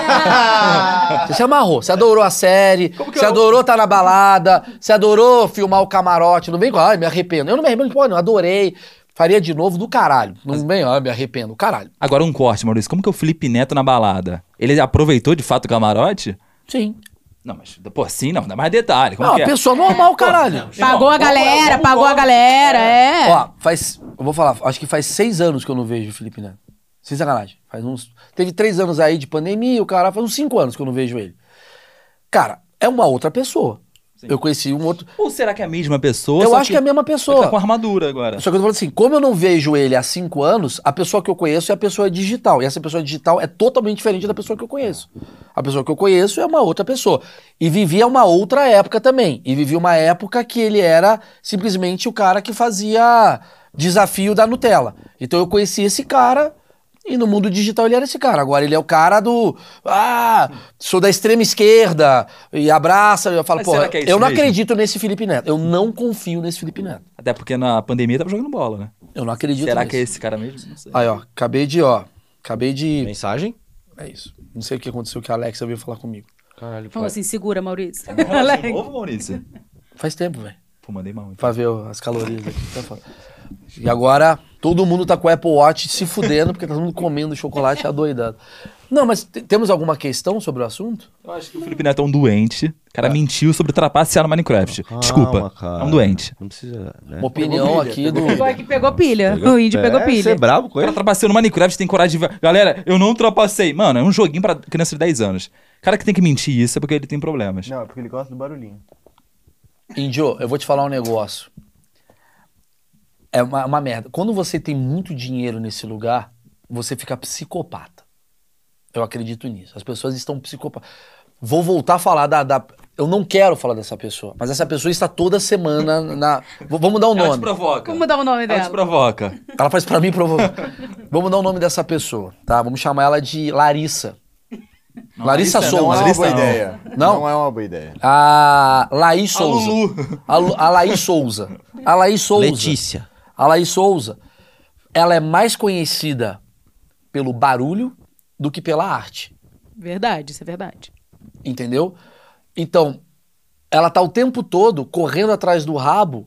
Você se amarrou. Você adorou a série, você adorou estar na balada, você adorou filmar o camarote. Não vem com, me arrependo. Eu não me arrependo, pô, não, adorei. Faria de novo do caralho. Não vem, me arrependo, caralho. Agora um corte, Maurício. Como que é o Felipe Neto na balada? Ele aproveitou de fato o camarote? Sim. Não, mas, pô, assim não, dá mais detalhe. Como Não, que a é? pessoa normal, caralho. Pagou a galera, pagou a galera, Ó, eu vou falar, acho que faz 6 anos que eu não vejo o Felipe Neto. Sem sacanagem. Teve 3 anos aí de pandemia, o cara, faz uns 5 anos que eu não vejo ele. Cara, é uma outra pessoa. Sim. Eu conheci um outro... Ou será que é a mesma pessoa? Eu acho que é a mesma pessoa. Ele tá com armadura agora. Só que eu tô falando assim, como eu não vejo ele há 5 anos, a pessoa que eu conheço é a pessoa digital. E essa pessoa digital é totalmente diferente da pessoa que eu conheço. A pessoa que eu conheço é uma outra pessoa. E vivia uma outra época também. E vivia uma época que ele era simplesmente o cara que fazia desafio da Nutella. Então eu conheci esse cara... E no mundo digital ele era esse cara. Agora ele é o cara do... sou da extrema esquerda. E abraça. Eu falo, porra, eu não acredito nesse Felipe Neto. Eu não confio nesse Felipe Neto. Até porque na pandemia tava jogando bola, né? Eu não acredito Será nisso. que é esse cara mesmo? Não sei. Aí, ó. Acabei de... Mensagem? É isso. Não sei o que aconteceu, que a Alexa veio falar comigo. Caralho, Como assim, segura, Maurício. De novo, Maurício? Faz tempo, velho. Pô, mandei mal. Então. Pra ver as calorias aqui. E agora, todo mundo tá com o Apple Watch se fudendo, porque tá todo mundo comendo chocolate adoidado. Não, mas temos alguma questão sobre o assunto? Eu acho que o Felipe Neto é um doente. O cara mentiu sobre trapacear no Minecraft. Desculpa, cara. É um doente. Não precisa, né? Uma opinião aqui do... Que pegou pilha. O índio pegou pilha. Você é bravo com O ele? cara trapaceou no Minecraft, tem coragem de... Galera, eu não trapacei. Mano, é um joguinho pra criança de 10 anos. O cara que tem que mentir isso é porque ele tem problemas. Não, é porque ele gosta do barulhinho. Índio, eu vou te falar um negócio. É uma merda. Quando você tem muito dinheiro nesse lugar, você fica psicopata. Eu acredito nisso. As pessoas estão psicopatas. Vou voltar a falar Eu não quero falar dessa pessoa, mas essa pessoa está toda semana na... Vamos dar um nome. Ela te provoca. Vamos dar o nome dela. Ela te provoca. Ela faz pra mim provocar. Vamos dar o nome dessa pessoa, tá? Vamos chamar ela de Larissa. Não, Larissa Souza. Não é uma Larissa boa não. ideia. Não? Não é uma boa ideia. A Laís Souza. A Lulu. A Laís Souza. A Laís Souza. Letícia. A Laís Souza, ela é mais conhecida pelo barulho do que pela arte. Verdade, isso é verdade. Entendeu? Então, ela tá o tempo todo correndo atrás do rabo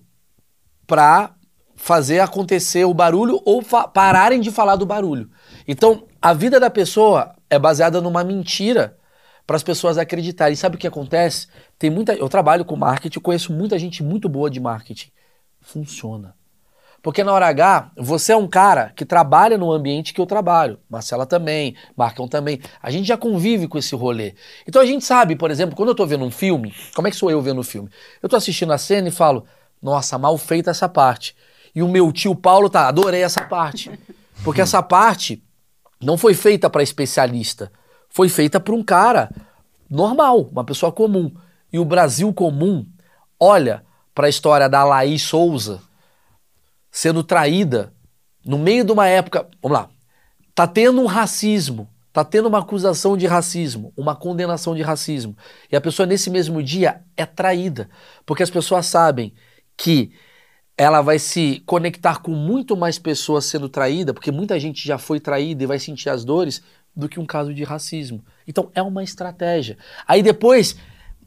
pra fazer acontecer o barulho ou pararem de falar do barulho. Então, a vida da pessoa é baseada numa mentira para as pessoas acreditarem. E sabe o que acontece? Eu trabalho com marketing, conheço muita gente muito boa de marketing. Funciona. Porque na hora H, você é um cara que trabalha no ambiente que eu trabalho. Marcela também, Marcão também. A gente já convive com esse rolê. Então a gente sabe, por exemplo, quando eu tô vendo um filme, como é que sou eu vendo o filme? Eu tô assistindo a cena e falo, nossa, mal feita essa parte. E o meu tio Paulo adorei essa parte. Porque essa parte não foi feita para especialista. Foi feita para um cara normal, uma pessoa comum. E o Brasil comum olha para a história da Laís Souza sendo traída no meio de uma época... Vamos lá. Tá tendo um racismo, tá tendo uma acusação de racismo, uma condenação de racismo. E a pessoa nesse mesmo dia é traída. Porque as pessoas sabem que ela vai se conectar com muito mais pessoas sendo traída, porque muita gente já foi traída e vai sentir as dores, do que um caso de racismo. Então é uma estratégia. Aí depois,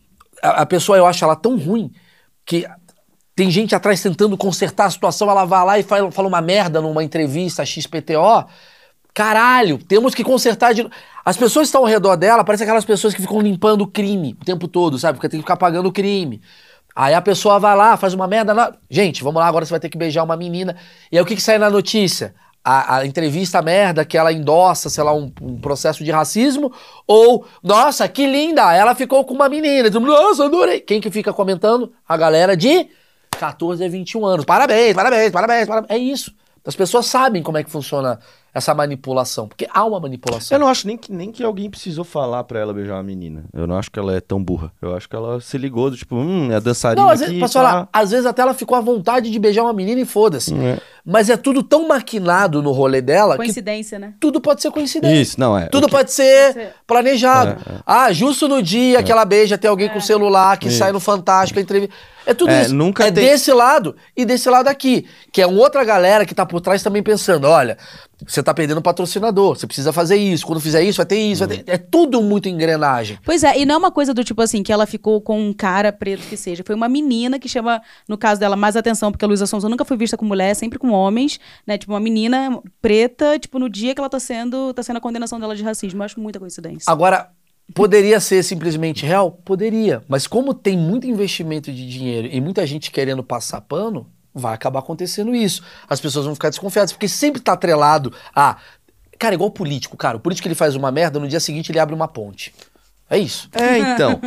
a pessoa, eu acho ela tão ruim, que tem gente atrás tentando consertar a situação, ela vai lá e fala uma merda numa entrevista XPTO. Caralho, temos que consertar de... As pessoas que estão ao redor dela, parecem aquelas pessoas que ficam limpando o crime o tempo todo, sabe? Porque tem que ficar pagando o crime. Aí a pessoa vai lá, faz uma merda... Gente, vamos lá, agora você vai ter que beijar uma menina. E aí o que sai na notícia? A entrevista merda que ela endossa, sei lá, um processo de racismo, ou, nossa, que linda, ela ficou com uma menina. Nossa, adorei. Quem que fica comentando? A galera de 14 a 21 anos. Parabéns, parabéns, parabéns, parabéns. É isso. As pessoas sabem como é que funciona essa manipulação? Porque há uma manipulação. Eu não acho nem que alguém precisou falar pra ela beijar uma menina. Eu não acho que ela é tão burra. Eu acho que ela se ligou do tipo, é a dançarina Não, aqui. posso falar, às vezes até ela ficou à vontade de beijar uma menina e foda-se. Mas é tudo tão maquinado no rolê dela Coincidência, né? tudo pode ser coincidência. Isso, não é. Tudo pode ser planejado. Justo no dia que ela beija, tem alguém com o celular que sai no Fantástico, a entrevista. É tudo isso. Nunca tem... desse lado e desse lado aqui. Que é uma outra galera que tá por trás também pensando, olha, você tá perdendo patrocinador, você precisa fazer isso, quando fizer isso vai ter isso, vai ter... É tudo muito engrenagem. Pois é, e não é uma coisa do tipo assim, que ela ficou com um cara preto que seja. Foi uma menina que chama, no caso dela, mais atenção, porque a Luísa Sonza nunca foi vista com mulher, sempre com homens, né? Tipo, uma menina preta, tipo, no dia que ela tá sendo a condenação dela de racismo. Eu acho muita coincidência. Agora, poderia ser simplesmente real? Poderia. Mas como tem muito investimento de dinheiro e muita gente querendo passar pano, vai acabar acontecendo isso. As pessoas vão ficar desconfiadas, porque sempre tá atrelado a... Cara, igual político, cara. O político ele faz uma merda, no dia seguinte ele abre uma ponte. É isso. Então.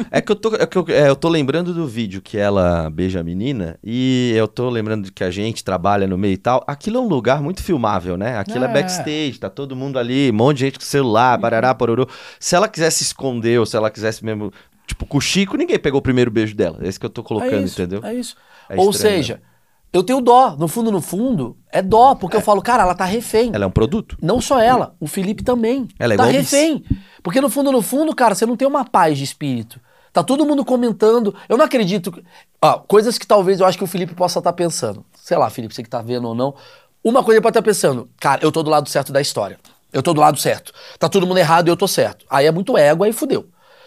Eu tô lembrando do vídeo que ela beija a menina e eu tô lembrando de que a gente trabalha no meio e tal. Aquilo é um lugar muito filmável, né? Aquilo é backstage, tá todo mundo ali, um monte de gente com celular, parará, pororô. Se ela quisesse esconder ou se ela quisesse mesmo... Tipo, com o Chico, ninguém pegou o primeiro beijo dela. É isso que eu tô colocando, entendeu? É isso. É Ou estranho, seja... Eu tenho dó, no fundo, é dó, porque eu falo, cara, ela tá refém. Ela é um produto. Não só ela, o Felipe também. Ela é tá igual refém. Porque no fundo, cara, você não tem uma paz de espírito. Tá todo mundo comentando. Eu não acredito... coisas que talvez eu acho que o Felipe possa estar pensando. Sei lá, Felipe, você que tá vendo ou não. Uma coisa ele pode estar pensando, cara, eu tô do lado certo da história. Eu tô do lado certo. Tá todo mundo errado e eu tô certo. Aí é muito ego, aí fudeu.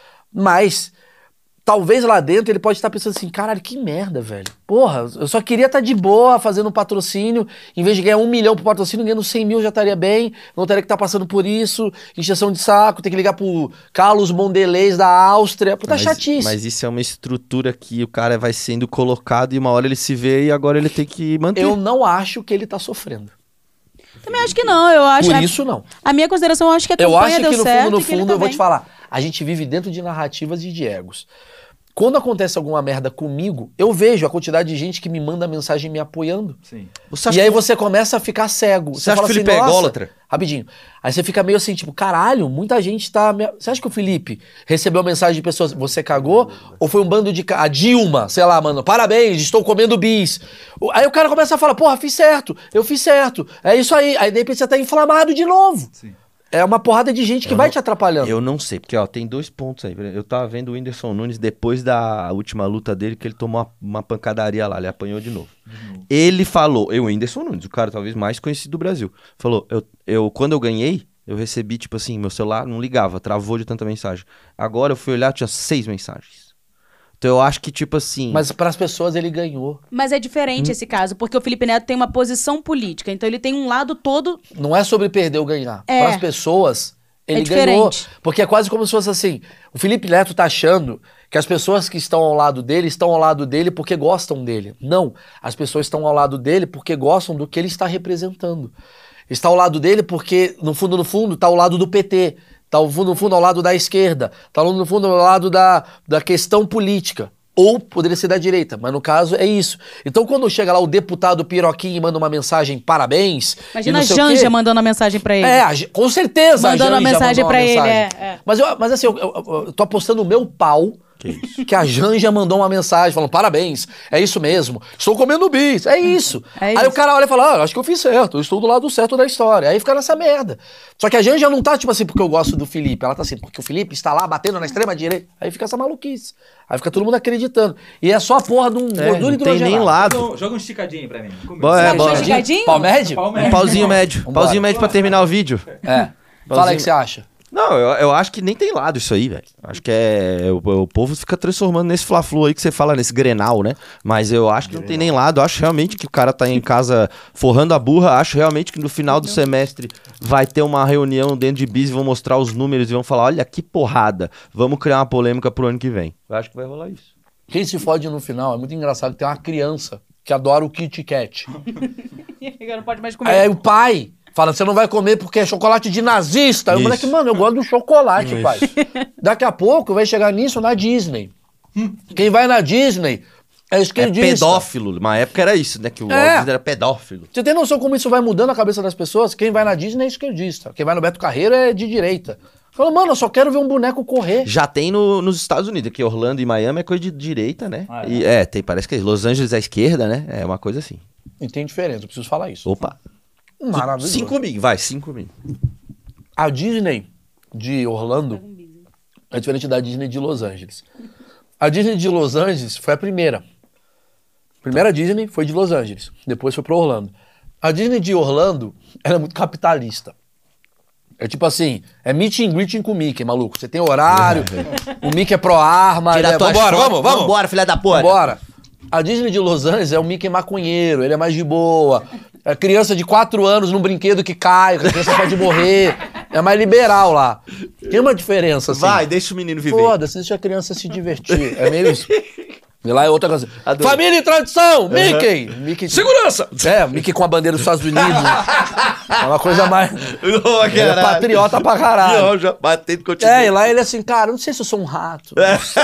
Mas... talvez lá dentro ele pode estar pensando assim, caralho, que merda, velho. Porra, eu só queria estar de boa fazendo um patrocínio, em vez de ganhar 1 milhão pro patrocínio, ganhando 100 mil já estaria bem, não teria que estar passando por isso, encheção de saco, ter que ligar pro Carlos Mondelez da Áustria, puta chatice. Mas isso é uma estrutura que o cara vai sendo colocado e uma hora ele se vê e agora ele tem que manter. Eu não acho que ele tá sofrendo. Também acho que não, eu acho... Por isso não. A minha consideração, eu acho que a campanha deu certo. No fundo, eu vou te falar, a gente vive dentro de narrativas e de egos. Quando acontece alguma merda comigo, eu vejo a quantidade de gente que me manda mensagem me apoiando. Sim. E aí você começa a ficar cego. Você acha que o Felipe é ególatra? Rapidinho. Aí você fica meio assim, tipo, caralho, muita gente tá... Você acha que o Felipe recebeu mensagem de pessoas, você cagou? Ou foi um bando de... A Dilma, sei lá, mano, parabéns, estou comendo bis. Aí o cara começa a falar, porra, fiz certo, eu fiz certo. É isso aí. Aí de repente você tá inflamado de novo. Sim. É uma porrada de gente que vai te atrapalhando. Eu não sei, porque tem 2 pontos aí. Eu tava vendo o Whindersson Nunes depois da última luta dele, que ele tomou uma pancadaria lá, ele apanhou de novo. Ele falou, o Whindersson Nunes, o cara talvez mais conhecido do Brasil, falou, quando eu ganhei, eu recebi, tipo assim, meu celular não ligava, travou de tanta mensagem. Agora eu fui olhar, tinha 6 mensagens. Então eu acho que, tipo assim... Mas para as pessoas ele ganhou. Mas é diferente esse caso, porque o Felipe Neto tem uma posição política, então ele tem um lado todo... Não é sobre perder ou ganhar. Para as pessoas, ele ganhou. Porque é quase como se fosse assim, o Felipe Neto tá achando que as pessoas que estão ao lado dele porque gostam dele. Não, as pessoas estão ao lado dele porque gostam do que ele está representando. Está ao lado dele porque, no fundo, tá ao lado do PT. Tá no fundo ao lado da esquerda, tá no fundo ao lado da questão política. Ou poderia ser da direita, mas no caso é isso. Então quando chega lá o deputado Piroquinha e manda uma mensagem, parabéns... Imagina a Janja mandando uma mensagem pra ele. Com certeza mandando a Janja uma mensagem pra ele, Mas assim, eu tô apostando o meu pau que a Janja mandou uma mensagem falando, parabéns, é isso mesmo, estou comendo bis, é isso. Aí o cara olha e fala, acho que eu fiz certo, eu estou do lado certo da história. Aí fica nessa merda. Só que a Janja não tá tipo assim porque eu gosto do Felipe, ela tá assim, porque o Felipe está lá batendo na extrema direita. Aí fica essa maluquice. Aí fica todo mundo acreditando. E é só a porra de um gordura hidrogenada. Não tem nem lado. Joga um esticadinho pra mim. Esticadinho? Pau médio? Um pauzinho médio. Um pauzinho médio pra terminar o vídeo. Fala aí o que você acha. Não, eu acho que nem tem lado isso aí, velho. Acho que o povo fica transformando nesse Fla-Flu aí que você fala, nesse Grenal, né? Mas eu acho que não tem nem lado. Eu acho realmente que o cara tá em casa forrando a burra. Acho realmente que no final do semestre vai ter uma reunião dentro de bis e vão mostrar os números e vão falar, olha que porrada, vamos criar uma polêmica pro ano que vem. Eu acho que vai rolar isso. Quem se fode no final, é muito engraçado, tem uma criança que adora o Kit Kat. Não pode mais comer. Aí o pai... fala, você não vai comer porque é chocolate de nazista. Aí o moleque, mano, eu gosto do chocolate, pai. Daqui a pouco vai chegar nisso na Disney. Quem vai na Disney É esquerdista. É pedófilo. Uma época era isso, né? Que o Walt Disney era pedófilo. Você tem noção como isso vai mudando a cabeça das pessoas? Quem vai na Disney é esquerdista. Quem vai no Beto Carreiro é de direita. Fala, mano, eu só quero ver um boneco correr. Já tem nos Estados Unidos, que Orlando e Miami é coisa de direita, né? Parece que Los Angeles é esquerda, né? É uma coisa assim. E tem diferença, eu preciso falar isso. Opa. Maravilhoso. 5 mil, vai, 5 mil. A Disney de Orlando é diferente da Disney de Los Angeles. A Disney de Los Angeles foi a primeira. A primeira Disney foi de Los Angeles, depois foi pra Orlando. A Disney de Orlando, ela é muito capitalista. É tipo assim, é meet and greeting com o Mickey, maluco. Você tem horário, o Mickey é pro arma. Vambora, filha da porra. Vambora. A Disney de Los Angeles é o Mickey maconheiro, ele é mais de boa. É criança de 4 anos num brinquedo que cai, a criança pode morrer. É mais liberal lá. Tem uma diferença, assim. Vai, deixa o menino viver. Foda-se, deixa a criança se divertir. É meio isso. E lá é outra coisa. Adoro. Família e tradição! Mickey! Mickey! Segurança! Mickey com a bandeira dos Estados Unidos. É uma coisa mais... Oh, ele é patriota pra caralho. Não, já batendo continente. E lá ele é assim, cara, não sei se eu sou um rato.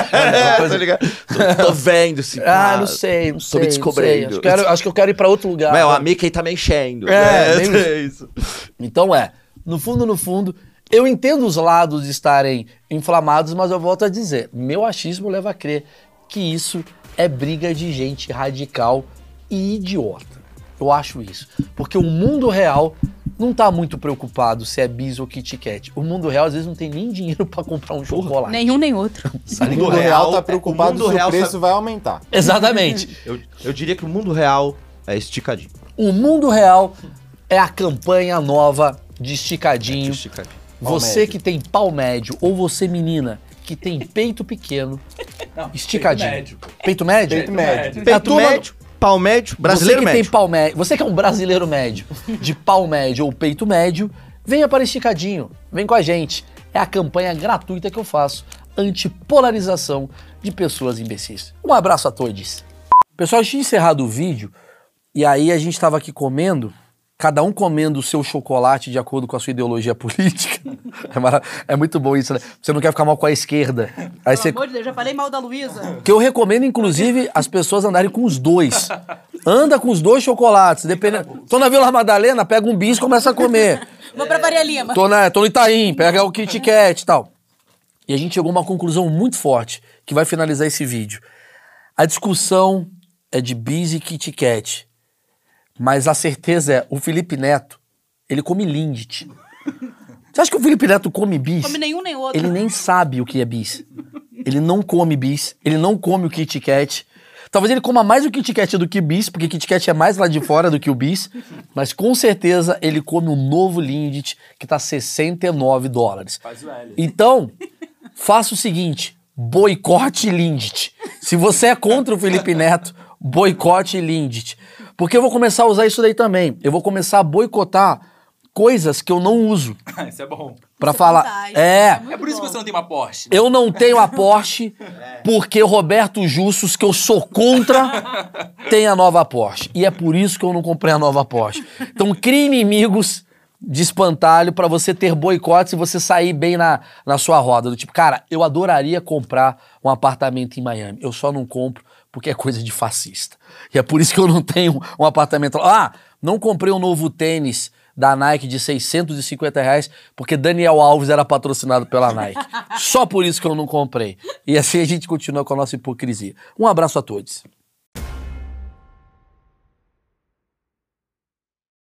Tá ligado? Tô vendo, assim. Não sei. Tô me descobrindo. Acho que eu quero ir pra outro lugar. Mas a Mickey tá me enchendo. É isso. Então no fundo, eu entendo os lados estarem inflamados, mas eu volto a dizer, meu achismo leva a crer que isso é briga de gente radical e idiota. Eu acho isso. Porque o mundo real não tá muito preocupado se é bis ou Kit Kat. O mundo real, às vezes, não tem nem dinheiro pra comprar um chocolate. Nenhum nem outro. O mundo real tá preocupado se o preço vai aumentar. Exatamente. Eu diria que o mundo real é esticadinho. O mundo real é a campanha nova de esticadinho. Você que tem pau médio, ou você, menina, que tem peito pequeno, esticadinho. Peito médio? Peito médio. Peito médio, pau médio, brasileiro médio. Você que tem pau médio, você que é um brasileiro médio, de pau médio ou peito médio, venha para esticadinho, vem com a gente. É a campanha gratuita que eu faço, antipolarização de pessoas imbecis. Um abraço a todos. Pessoal, eu tinha encerrado o vídeo, e aí a gente estava aqui comendo, cada um comendo o seu chocolate de acordo com a sua ideologia política. É muito bom isso, né? Você não quer ficar mal com a esquerda. Aí Pelo amor de Deus, já falei mal da Luísa. Que eu recomendo, inclusive, as pessoas andarem com os dois. Anda com os 2 chocolates. Dependendo. Tô na Vila Madalena, pega um bis e começa a comer. Vou pra Faria Lima. Tô no Itaim, pega o Kit Kat e tal. E a gente chegou a uma conclusão muito forte, que vai finalizar esse vídeo. A discussão é de bis e Kit Kat. Mas a certeza é, o Felipe Neto, ele come Lindt. Você acha que o Felipe Neto come bis? Come nenhum nem outro. Ele nem sabe o que é bis. Ele não come bis, ele não come o Kit Kat. Talvez ele coma mais o Kit Kat do que bis, porque Kit Kat é mais lá de fora do que o bis. Mas com certeza ele come o novo Lindt, que tá $69. Faz o L. Então, faça o seguinte, boicote Lindt. Se você é contra o Felipe Neto, boicote Lindt. Porque eu vou começar a usar isso daí também. Eu vou começar a boicotar coisas que eu não uso. Isso é bom. Pra falar. É por isso que você não tem uma Porsche. Eu não tenho a Porsche porque o Roberto Justus, que eu sou contra, tem a nova Porsche. E é por isso que eu não comprei a nova Porsche. Então crie inimigos de espantalho pra você ter boicotes e você sair bem na sua roda. Do tipo, cara, eu adoraria comprar um apartamento em Miami. Eu só não compro porque é coisa de fascista. E é por isso que eu não tenho um apartamento. Não comprei um novo tênis da Nike de R$650 porque Daniel Alves era patrocinado pela Nike. Só por isso que eu não comprei. E assim a gente continua com a nossa hipocrisia. Um abraço a todos.